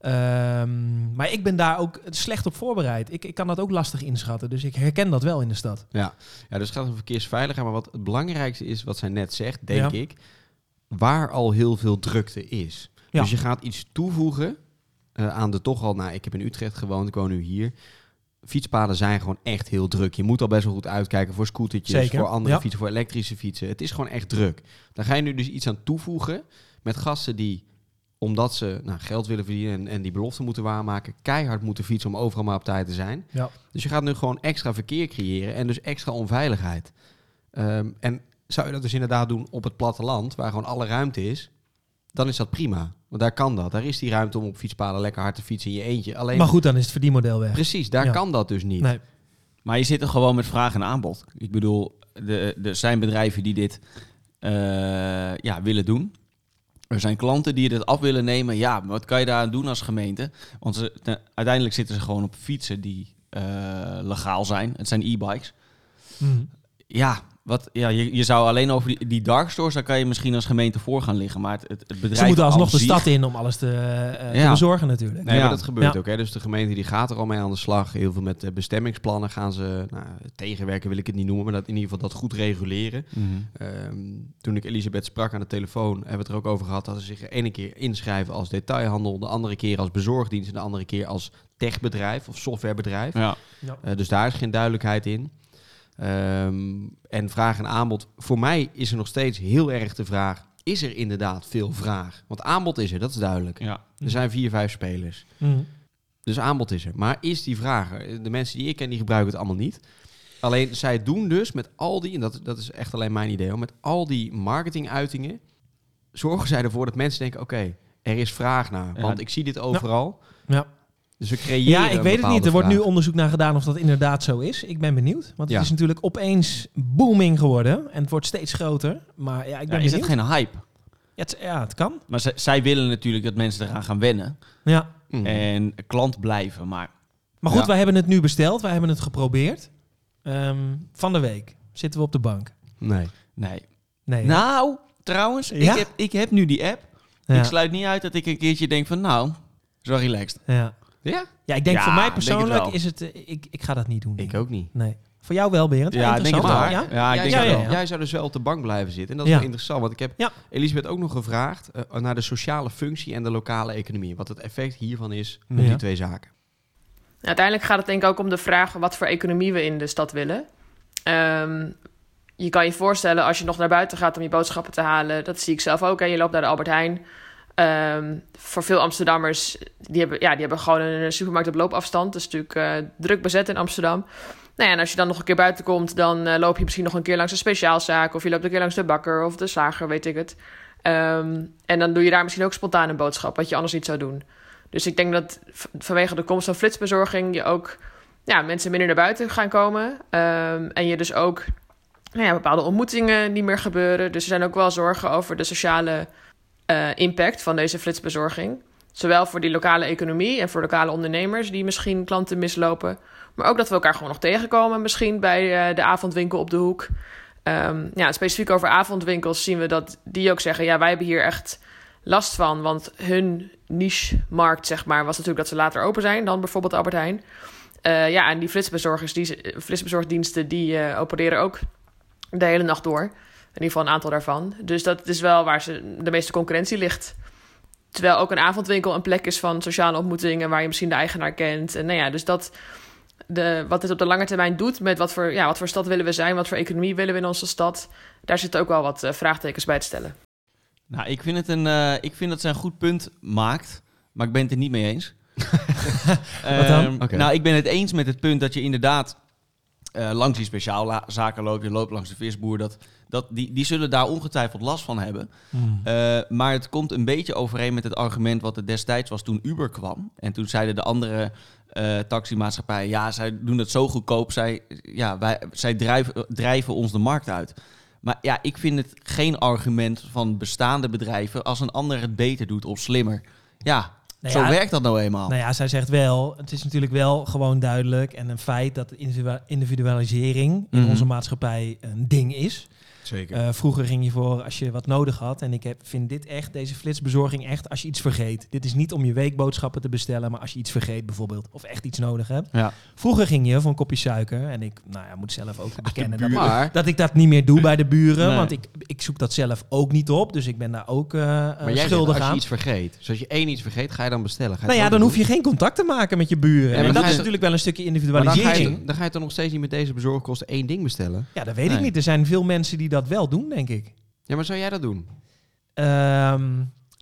Um, maar ik ben daar ook slecht op voorbereid. Ik, ik kan dat ook lastig inschatten. Dus ik herken dat wel in de stad.
Ja, ja dus het gaat om verkeersveiligheid. Maar wat het belangrijkste is, wat zij net zegt, denk
ja.
ik, waar al heel veel drukte is. Ja. Dus je gaat iets toevoegen uh, aan de toch al... Nou, ik heb in Utrecht gewoond, ik woon nu hier. Fietspaden zijn gewoon echt heel druk. Je moet al best wel goed uitkijken voor scootertjes,
Zeker.
voor andere
ja.
fietsen, voor elektrische fietsen. Het is gewoon echt druk. Daar ga je nu dus iets aan toevoegen met gasten die, omdat ze nou, geld willen verdienen en, en die belofte moeten waarmaken, keihard moeten fietsen om overal maar op tijd te zijn.
Ja.
Dus je gaat nu gewoon extra verkeer creëren en dus extra onveiligheid. Um, en zou je dat dus inderdaad doen op het platteland, waar gewoon alle ruimte is, dan is dat prima. Want daar kan dat. Daar is die ruimte om op fietspaden lekker hard te fietsen in je eentje. Alleen,
maar goed, dan is het verdienmodel weg.
Precies, daar
ja.
kan dat dus niet.
Nee.
Maar je zit er gewoon met vraag en aanbod. Ik bedoel, er zijn bedrijven die dit uh, ja, willen doen. Er zijn klanten die dit af willen nemen. Ja, maar wat kan je daar doen als gemeente? Want ze, te, uiteindelijk zitten ze gewoon op fietsen die uh, legaal zijn. Het zijn e-bikes.
Mm.
Ja, wat, ja je, je zou alleen over die, die dark stores, daar kan je misschien als gemeente voor gaan liggen. Maar het, het, het bedrijf
Ze moeten alsnog de
zich,
stad in om alles te, uh,
ja.
te bezorgen natuurlijk.
Nee,
ja.
maar dat gebeurt
ja.
ook. Hè. Dus de gemeente die gaat er al mee aan de slag. Heel veel met uh, bestemmingsplannen gaan ze nou, tegenwerken, wil ik het niet noemen, maar dat in ieder geval dat goed reguleren.
Mm-hmm.
Um, toen ik Elisabeth sprak aan de telefoon, hebben we het er ook over gehad dat ze zich de ene keer inschrijven als detailhandel, de andere keer als bezorgdienst en de andere keer als techbedrijf of softwarebedrijf.
Ja.
Ja.
Uh, dus daar is geen duidelijkheid in. Um, en vraag en aanbod. Voor mij is er nog steeds heel erg de vraag, is er inderdaad veel vraag? Want aanbod is er, dat is duidelijk.
Ja.
Er zijn vier, vijf spelers.
Mm.
Dus aanbod is er. Maar is die vraag er? De mensen die ik ken, die gebruiken het allemaal niet. Alleen, zij doen dus met al die, en dat, dat is echt alleen mijn idee, hoor, met al die marketinguitingen, zorgen zij ervoor dat mensen denken, oké, okay, er is vraag naar. Want
Ja.
ik zie dit overal.
Ja.
Dus we creëren
Ja, ik
een
weet het niet. Er
bepaalde
wordt nu
vraag.
onderzoek naar gedaan of dat inderdaad zo is. Ik ben benieuwd. Want
Ja.
het is natuurlijk opeens booming geworden. En het wordt steeds groter. Maar ja, ik ben
Ja, is het
benieuwd.
geen hype?
Ja, het, ja, het kan.
Maar z- zij willen natuurlijk dat mensen eraan gaan wennen.
Ja.
Mhm.
En klant blijven. Maar
Maar goed,
Ja.
wij hebben het nu besteld. Wij hebben het geprobeerd. Um, van de week zitten we op de bank.
Nee.
nee.
Nee.
Nou, trouwens,
Ja?
ik, heb, ik heb nu die app.
ja.
Ik sluit niet uit dat ik een keertje denk van, nou, is wel relaxed.
ja.
Ja?
ja, ik denk
Ja,
voor mij
denk het
persoonlijk
wel.
is het... uh, ik, ik ga dat niet doen. denk
Ik ook niet.
Nee. Voor jou wel, Berend.
Ja, ik denk het
Interessant.
wel.
Ja?
Ja, ik
jij,
denk
zou,
het
ja,
wel.
ja.
jij zou dus wel op de bank blijven zitten. En dat is
Ja.
wel interessant. Want ik heb
Ja.
Elisabeth ook nog gevraagd uh, naar de sociale functie en de lokale economie. Wat het effect hiervan is op
Ja.
die twee zaken.
Uiteindelijk gaat het denk ik ook om de vraag wat voor economie we in de stad willen. Um, je kan je voorstellen als je nog naar buiten gaat om je boodschappen te halen. Dat zie ik zelf ook. Hè. Je loopt naar de Albert Heijn. Um, voor veel Amsterdammers, die hebben, ja, die hebben gewoon een supermarkt op loopafstand. Dat is natuurlijk uh, druk bezet in Amsterdam. Nou ja, en als je dan nog een keer buiten komt, dan uh, loop je misschien nog een keer langs een speciaalzaak. Of je loopt een keer langs de bakker of de slager, weet ik het. Um, en dan doe je daar misschien ook spontaan een boodschap, wat je anders niet zou doen. Dus ik denk dat v- vanwege de komst van flitsbezorging je ook ja, mensen minder naar buiten gaan komen. Um, en je dus ook nou ja, bepaalde ontmoetingen niet meer gebeuren. Dus er zijn ook wel zorgen over de sociale uh, impact van deze flitsbezorging. Zowel voor die lokale economie en voor lokale ondernemers die misschien klanten mislopen. Maar ook dat we elkaar gewoon nog tegenkomen misschien bij uh, de avondwinkel op de hoek. Um, ja, specifiek over avondwinkels zien we dat die ook zeggen... ja, wij hebben hier echt last van. Want hun niche-markt, zeg maar, was natuurlijk dat ze later open zijn... dan bijvoorbeeld Albert Heijn. Uh, ja, en die flitsbezorgers, die flitsbezorgdiensten... die uh, opereren ook de hele nacht door. In ieder geval een aantal daarvan. Dus dat is wel waar ze de meeste concurrentie ligt... Terwijl ook een avondwinkel een plek is van sociale ontmoetingen... waar je misschien de eigenaar kent. En nou ja, dus dat, de, wat dit op de lange termijn doet... met wat voor, ja, wat voor stad willen we zijn... wat voor economie willen we in onze stad... daar zitten ook wel wat uh, vraagtekens bij te stellen.
Nou, ik vind, het een, uh, ik vind dat zij een goed punt maakt... maar ik ben het er niet mee eens.
Wat dan?
Um,
Okay.
Nou, ik ben het eens met het punt dat je inderdaad... Uh, langs die speciaalzaken loopt, je loopt langs de visboer... Dat, dat, die, die zullen daar ongetwijfeld last van hebben.
Hmm.
Uh, maar het komt een beetje overeen met het argument... wat er destijds was toen Uber kwam. En toen zeiden de andere uh, taximaatschappijen... ja, zij doen het zo goedkoop, zij, ja, wij, zij drijven, drijven ons de markt uit. Maar ja, ik vind het geen argument van bestaande bedrijven... als een ander het beter doet of slimmer. Ja,
Nou
zo
ja,
werkt dat nou eenmaal.
Nou ja, zij zegt wel, het is natuurlijk wel gewoon duidelijk en een feit dat de individualisering in
Mhm.
onze maatschappij een ding is.
Zeker.
Uh, vroeger ging je voor als je wat nodig had. En ik heb, vind dit echt, deze flitsbezorging echt, als je iets vergeet. Dit is niet om je weekboodschappen te bestellen, maar als je iets vergeet bijvoorbeeld. Of echt iets nodig hebt.
Ja.
Vroeger ging je voor een kopje suiker. En ik nou ja, moet zelf ook bekennen dat,
maar,
dat ik dat niet meer doe bij de buren.
Nee.
Want ik, ik zoek dat zelf ook niet op. Dus ik ben daar ook uh,
maar jij zegt,
schuldig
als je
aan.
iets vergeet. Dus als je één iets vergeet, ga je dan bestellen. Ga je
Nou ja,
het
dan
ook
hoef je
doen?
geen contact te maken met je buren.
maar
en
dan
dat
ga
is
je-
natuurlijk wel een stukje
Maar dan ga,
individualisering.
je, dan ga je toch nog steeds niet met deze bezorgkosten één ding bestellen?
Ja, dat weet ik
Nee.
niet. Er zijn veel mensen die dat wel doen, denk ik.
Ja, maar zou jij dat doen?
Ehm,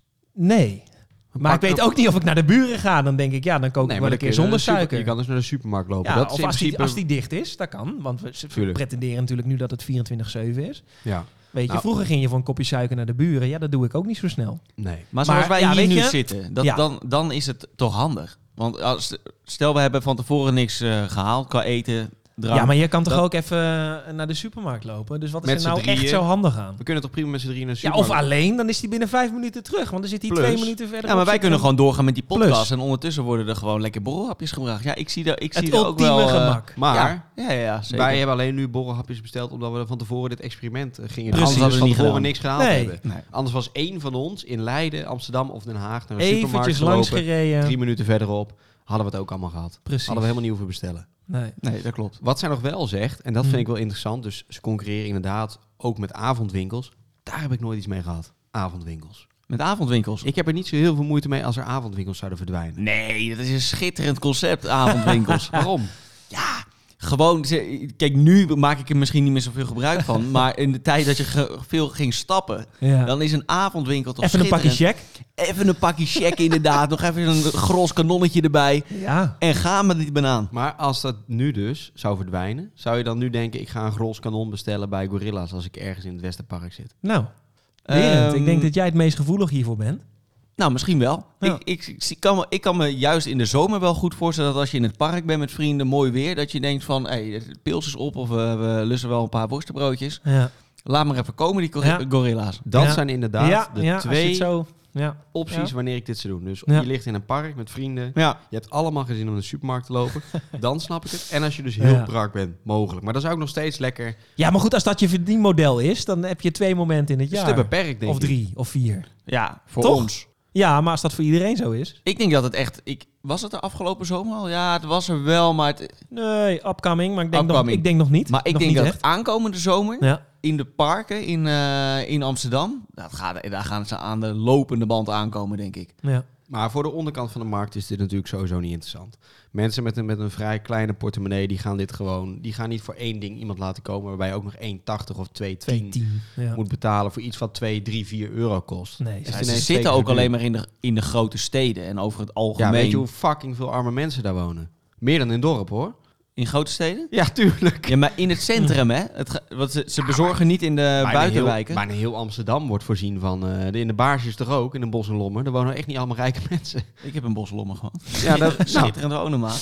nee. Maar
Pak
ik weet
dan-
ook niet of ik naar de buren ga. Dan denk ik, ja, dan kook ik
Nee,
wel
maar
een
dan
keer
kun je
zonder
naar de super-
suiker.
Je kan dus naar de supermarkt lopen.
Ja,
dat is
of
in
als, die,
principe...
als die dicht is, dat kan. Want we ze
Tuurlijk.
pretenderen natuurlijk nu dat het vierentwintig zeven is.
Ja,
Weet je,
Nou.
vroeger ging je voor een kopje suiker naar de buren. Ja, dat doe ik ook niet zo snel.
nee.
Maar zoals
Maar,
wij
ja,
hier
weet
nu
je-
zitten, dat,
Ja.
dan, dan is het toch handig. Want als, stel, we hebben van tevoren niks uh, gehaald qua eten, drank.
Ja, maar je kan toch
dat-
ook even uh, naar de supermarkt lopen. Dus wat is
Met
er
z'n
nou echt
drieën.
zo handig aan?
We kunnen toch prima met z'n drieën naar de
Ja, of
supermarkt?
alleen, dan is die binnen vijf minuten terug. Want dan zit hij
Plus.
twee minuten verder.
Ja, maar wij kunnen gewoon doorgaan met die podcast.
Plus.
En ondertussen worden er gewoon lekker borrelhapjes gebracht. Ja, ik zie, daar, ik zie
Het
daar ook
ultieme
wel... uh,
gemak.
Maar
Ja, ja, ja, zeker.
wij hebben alleen nu borrelhapjes besteld... omdat we van tevoren dit experiment eh, gingen
Precies.
doen. Anders hadden we
Niet
van tevoren
gedaan.
niks gehaald
Nee.
hebben.
Nee.
Anders was één van ons in Leiden, Amsterdam of Den Haag... naar een supermarkt
Eventjes langs
gelopen.
gereden.
Drie minuten verderop hadden we het ook allemaal gehad.
Precies.
Hadden we helemaal niet hoeven bestellen.
Nee.
Nee, dat klopt.
Wat zij nog wel zegt, en dat vind
Hmm.
ik wel interessant... dus ze concurreren inderdaad ook met avondwinkels. Daar heb ik nooit iets mee gehad. Avondwinkels.
Met avondwinkels.
Ik heb er niet zo heel veel moeite mee als er avondwinkels zouden verdwijnen.
Nee, dat is een schitterend concept, avondwinkels.
Waarom?
Ja, gewoon... ze- Kijk, nu maak ik er misschien niet meer zoveel gebruik van. Maar in de tijd dat je ge- veel ging stappen...
Ja.
dan is een avondwinkel toch
Even een pakje
schitterend.
check.
Even een pakje check inderdaad. Nog even een gros kanonnetje erbij.
Ja.
En ga met die banaan.
Maar als dat nu dus zou verdwijnen... zou je dan nu denken... ik ga een Grols kanon bestellen bij Gorilla's... als ik ergens in het Westerpark zit?
Nou, Berend,
Ehm,
ik denk dat jij het meest gevoelig hiervoor bent.
Nou, misschien wel.
Ja.
Ik, ik, ik, zie- kan me, ik kan me juist in de zomer wel goed voorstellen... dat als je in het park bent met vrienden, mooi weer... dat je denkt van, hé, hey, de pils is op... of we, we lussen wel een paar worstenbroodjes.
Ja.
Laat maar even komen, die gor-
Ja.
gorilla's.
Dat
Ja.
zijn inderdaad
ja,
de
ja, als je
twee
het zo... Ja.
opties
Ja.
wanneer ik dit zou doen. Dus
Ja.
je ligt in een park met vrienden...
Ja.
je hebt allemaal gezin om naar de supermarkt te lopen... dan snap ik het. En als je dus heel
Ja.
brak bent, mogelijk. Maar dan zou ik nog steeds lekker...
ja, maar goed, als dat je verdienmodel is, dan heb je twee momenten in het
Het is
jaar.
te beperkt, denk
Of
ik.
drie, of vier.
Ja, voor
Toch?
ons.
Ja, maar als dat voor iedereen zo is...
Ik denk dat het echt... Ik, was het de afgelopen zomer al? Ja, het was er wel, maar... Het,
Nee, upcoming, maar ik denk, nog,
Upcoming.
ik denk nog niet.
maar ik
nog
denk
niet
dat
echt.
aankomende zomer...
Ja.
in de parken in, eh, in Amsterdam... Dat gaat, daar gaan ze aan de lopende band aankomen, denk ik.
Ja.
Maar voor de onderkant van de markt is dit natuurlijk sowieso niet interessant. Mensen met een, met een vrij kleine portemonnee, die gaan dit gewoon... die gaan niet voor één ding iemand laten komen... waarbij je ook nog één tachtig of twee tien
twee tien. Ja.
moet betalen... voor iets wat twee, drie, vier euro kost.
Nee,
Is
Ja,
het
ze
ineens
zitten
twee
ook
keer
alleen
duur.
maar in de, in de grote steden en over het algemeen.
Ja, weet je hoe fucking veel arme mensen daar wonen? Meer dan in het dorp, hoor.
In grote steden?
Ja, tuurlijk.
Ja, maar in het centrum, hè? Het, ga- want ze, ze bezorgen niet in de
Bijna
buitenwijken.
Heel, bijna heel Amsterdam wordt voorzien van... eh, de- in de baarsjes toch ook, in een bos en lommer. Daar wonen echt niet allemaal rijke mensen.
Ik heb een boslommer gewoon.
Ja, dat, nou,
Schitterend wonen, maat.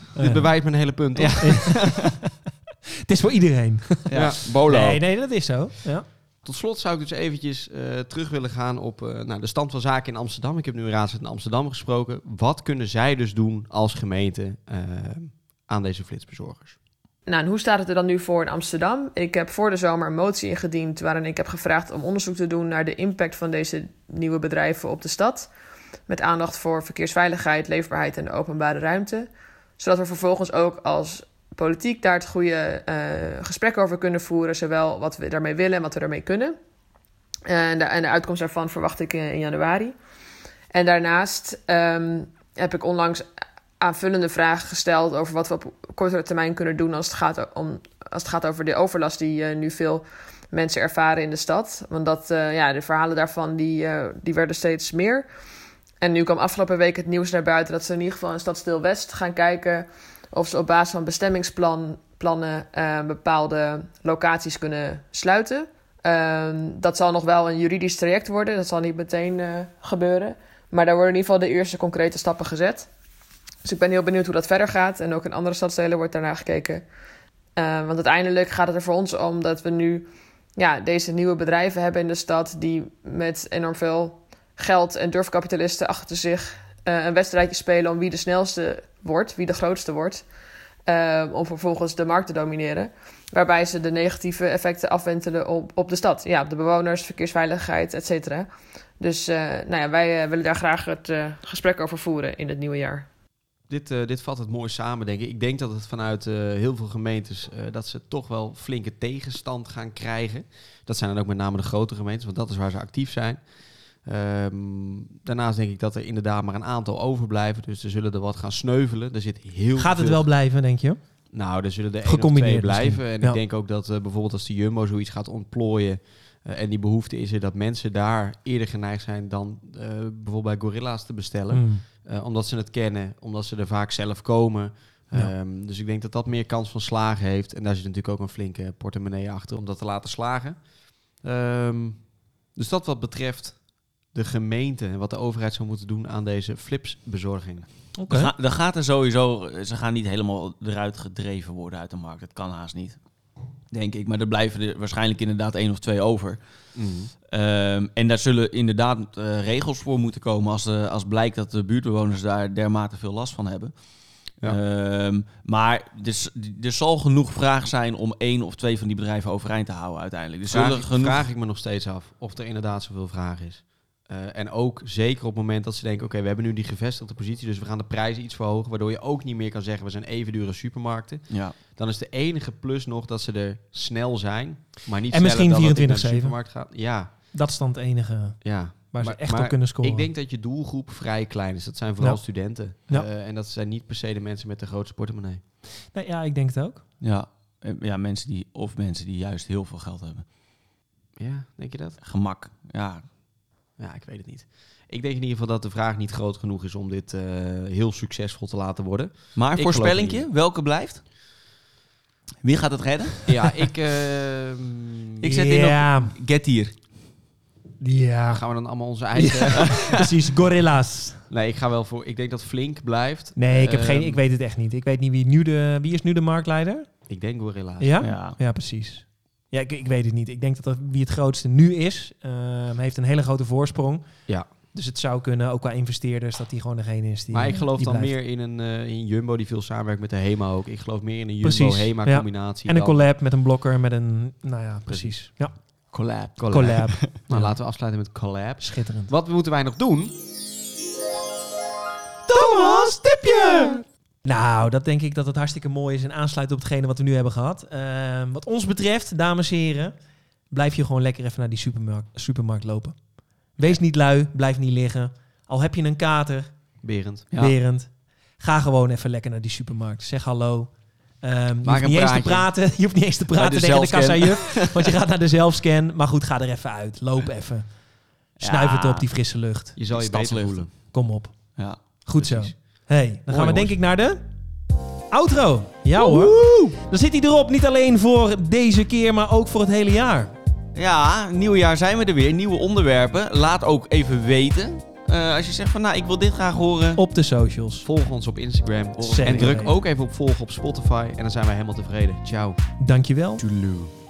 Dit bewijst mijn hele punt, toch?
Ja. Het is voor iedereen.
Ja,
Ja.
Bolo.
Nee, nee, dat is zo. Ja.
Tot slot zou ik dus eventjes uh, terug willen gaan op uh, nou, de stand van zaken in Amsterdam. Ik heb nu een raadslid in Amsterdam gesproken. Wat kunnen zij dus doen als gemeente uh, aan deze flitsbezorgers?
Nou, en hoe staat het er dan nu voor in Amsterdam? Ik heb voor de zomer een motie ingediend waarin ik heb gevraagd om onderzoek te doen naar de impact van deze nieuwe bedrijven op de stad. Met aandacht voor verkeersveiligheid, leefbaarheid en de openbare ruimte. Zodat we vervolgens ook als politiek daar het goede uh, gesprek over kunnen voeren. Zowel wat we daarmee willen en wat we daarmee kunnen. En de, en de uitkomst daarvan verwacht ik in, in januari. En daarnaast um, heb ik onlangs aanvullende vragen gesteld over wat we op kortere termijn kunnen doen als het gaat, om, als het gaat over de overlast die uh, nu veel mensen ervaren in de stad. Want dat, uh, ja, de verhalen daarvan die, uh, die werden steeds meer. En nu kwam afgelopen week het nieuws naar buiten dat ze in ieder geval in Stadsdeel West gaan kijken of ze op basis van bestemmingsplannen uh, bepaalde locaties kunnen sluiten. Uh, dat zal nog wel een juridisch traject worden, dat zal niet meteen uh, gebeuren. Maar daar worden in ieder geval de eerste concrete stappen gezet. Dus ik ben heel benieuwd hoe dat verder gaat. En ook in andere stadsdelen wordt daarnaar gekeken. Uh, want uiteindelijk gaat het er voor ons om dat we nu ja, deze nieuwe bedrijven hebben in de stad die met enorm veel geld en durfkapitalisten achter zich uh, een wedstrijdje spelen om wie de snelste wordt, wie de grootste wordt. Uh, om vervolgens de markt te domineren. Waarbij ze de negatieve effecten afwentelen op, op de stad. Ja, op de bewoners, verkeersveiligheid, et cetera. Dus uh, nou ja, wij uh, willen daar graag het uh, gesprek over voeren in het nieuwe jaar.
Dit, uh, dit vat het mooi samen, denk ik. Ik denk dat het vanuit uh, heel veel gemeentes uh, dat ze toch wel flinke tegenstand gaan krijgen. Dat zijn dan ook met name de grote gemeentes, want dat is waar ze actief zijn. Um, daarnaast denk ik dat er inderdaad maar een aantal overblijven. Dus er zullen er wat gaan sneuvelen. Er zit heel
Gaat
veel...
het wel blijven, denk je?
Nou, er zullen er één of twee blijven. En ja. Ik denk ook dat uh, bijvoorbeeld als de Jumbo zoiets gaat ontplooien uh, en die behoefte is er dat mensen daar eerder geneigd zijn dan uh, bijvoorbeeld bij Gorilla's te bestellen. Mm. Uh, omdat ze het kennen, omdat ze er vaak zelf komen. Ja. Um, dus ik denk dat dat meer kans van slagen heeft. En daar zit natuurlijk ook een flinke portemonnee achter om dat te laten slagen. Um, dus dat wat betreft de gemeente en wat de overheid zou moeten doen aan deze flipsbezorging.
Okay. Ga, dan gaat er sowieso, ze gaan niet helemaal eruit gedreven worden uit de markt. Dat kan haast niet, denk ik. Maar er blijven er waarschijnlijk inderdaad één of twee over. Mm. Um, en daar zullen inderdaad uh, regels voor moeten komen als, uh, als blijkt dat de buurtbewoners daar dermate veel last van hebben. Ja. Um, maar er, er zal genoeg vraag zijn om één of twee van die bedrijven overeind te houden uiteindelijk. Dus
vraag,
zullen genoeg...
vraag ik me nog steeds af of er inderdaad zoveel vraag is. Uh, en ook zeker op het moment dat ze denken, oké, okay, we hebben nu die gevestigde positie, dus we gaan de prijzen iets verhogen, waardoor je ook niet meer kan zeggen, we zijn even dure supermarkten. Ja. Dan is de enige plus nog dat ze er snel zijn, maar niet
en misschien vierentwintig
zeven. supermarkt gaat. Ja.
Dat is dan het enige
ja.
waar ze
maar,
echt
maar
op kunnen scoren.
Ik denk dat je doelgroep vrij klein is. Dat zijn vooral ja. studenten.
Ja.
Uh, en dat zijn niet per se de mensen met de grootste portemonnee.
Nee, ja, ik denk het ook.
Ja. Ja, mensen die, of mensen die juist heel veel geld hebben.
Ja, denk je dat?
Gemak, ja.
Ja, ik weet het niet. Ik denk in ieder geval dat de vraag niet groot genoeg is om dit uh, heel succesvol te laten worden.
Maar voorspellingje, welke blijft? Wie gaat het redden?
Ja, ik... Uh,
ik zet yeah. in op Getir.
Ja.
Gaan we dan allemaal onze eigen...
Ja. Precies, Gorilla's.
Nee, ik ga wel voor... Ik denk dat Flink blijft.
Nee, ik, heb uh, geen, ik weet het echt niet. Ik weet niet wie, nu de, wie is nu de marktleider?
Ik denk Gorilla's.
Ja? Ja, ja precies. Ja, ik, ik weet het niet. Ik denk dat er, wie het grootste nu is, uh, heeft een hele grote voorsprong. Ja. Dus het zou kunnen, ook qua investeerders, dat die gewoon degene is die
Maar ik geloof dan
blijft.
meer in een uh, in Jumbo die veel samenwerkt met de HEMA ook. Ik geloof meer in een Jumbo-HEMA-combinatie.
Ja. En een collab met een blokker, met een... Nou ja, precies. Ja.
Collab.
Collab. collab.
nou,
ja.
laten we afsluiten met collab.
Schitterend.
Wat moeten wij nog doen?
Thomas, tipje! Nou, dat denk ik dat het hartstikke mooi is en aansluit op hetgene wat we nu hebben gehad. Uh, wat ons betreft, dames en heren, blijf je gewoon lekker even naar die supermarkt, supermarkt lopen. Wees niet lui, blijf niet liggen. Al heb je een kater,
Berend,
ja. Berend, ga gewoon even lekker naar die supermarkt. Zeg hallo. Um, je, hoeft niet eens te praten, je hoeft niet eens te praten tegen de kassajuf, want je gaat naar de zelfscan. Maar goed, ga er even uit. Loop even. Snuif ja. het op, die frisse lucht.
Je zal je beter voelen.
Kom op.
Ja,
goed
precies.
zo. Hey, dan
Mooi,
gaan we denk
hoor.
ik naar de outro. Ja hoor. Dan zit hij erop. Niet alleen voor deze keer, maar ook voor het hele jaar.
Ja, nieuw jaar zijn we er weer. Nieuwe onderwerpen. Laat ook even weten uh, Uh, als je zegt van, nou, ik wil dit graag horen.
Op de socials.
Volg ons op Instagram.
Zeker
En druk
weten.
ook even op volgen op Spotify. En dan zijn wij helemaal tevreden. Ciao.
Dankjewel.
Toedeloe.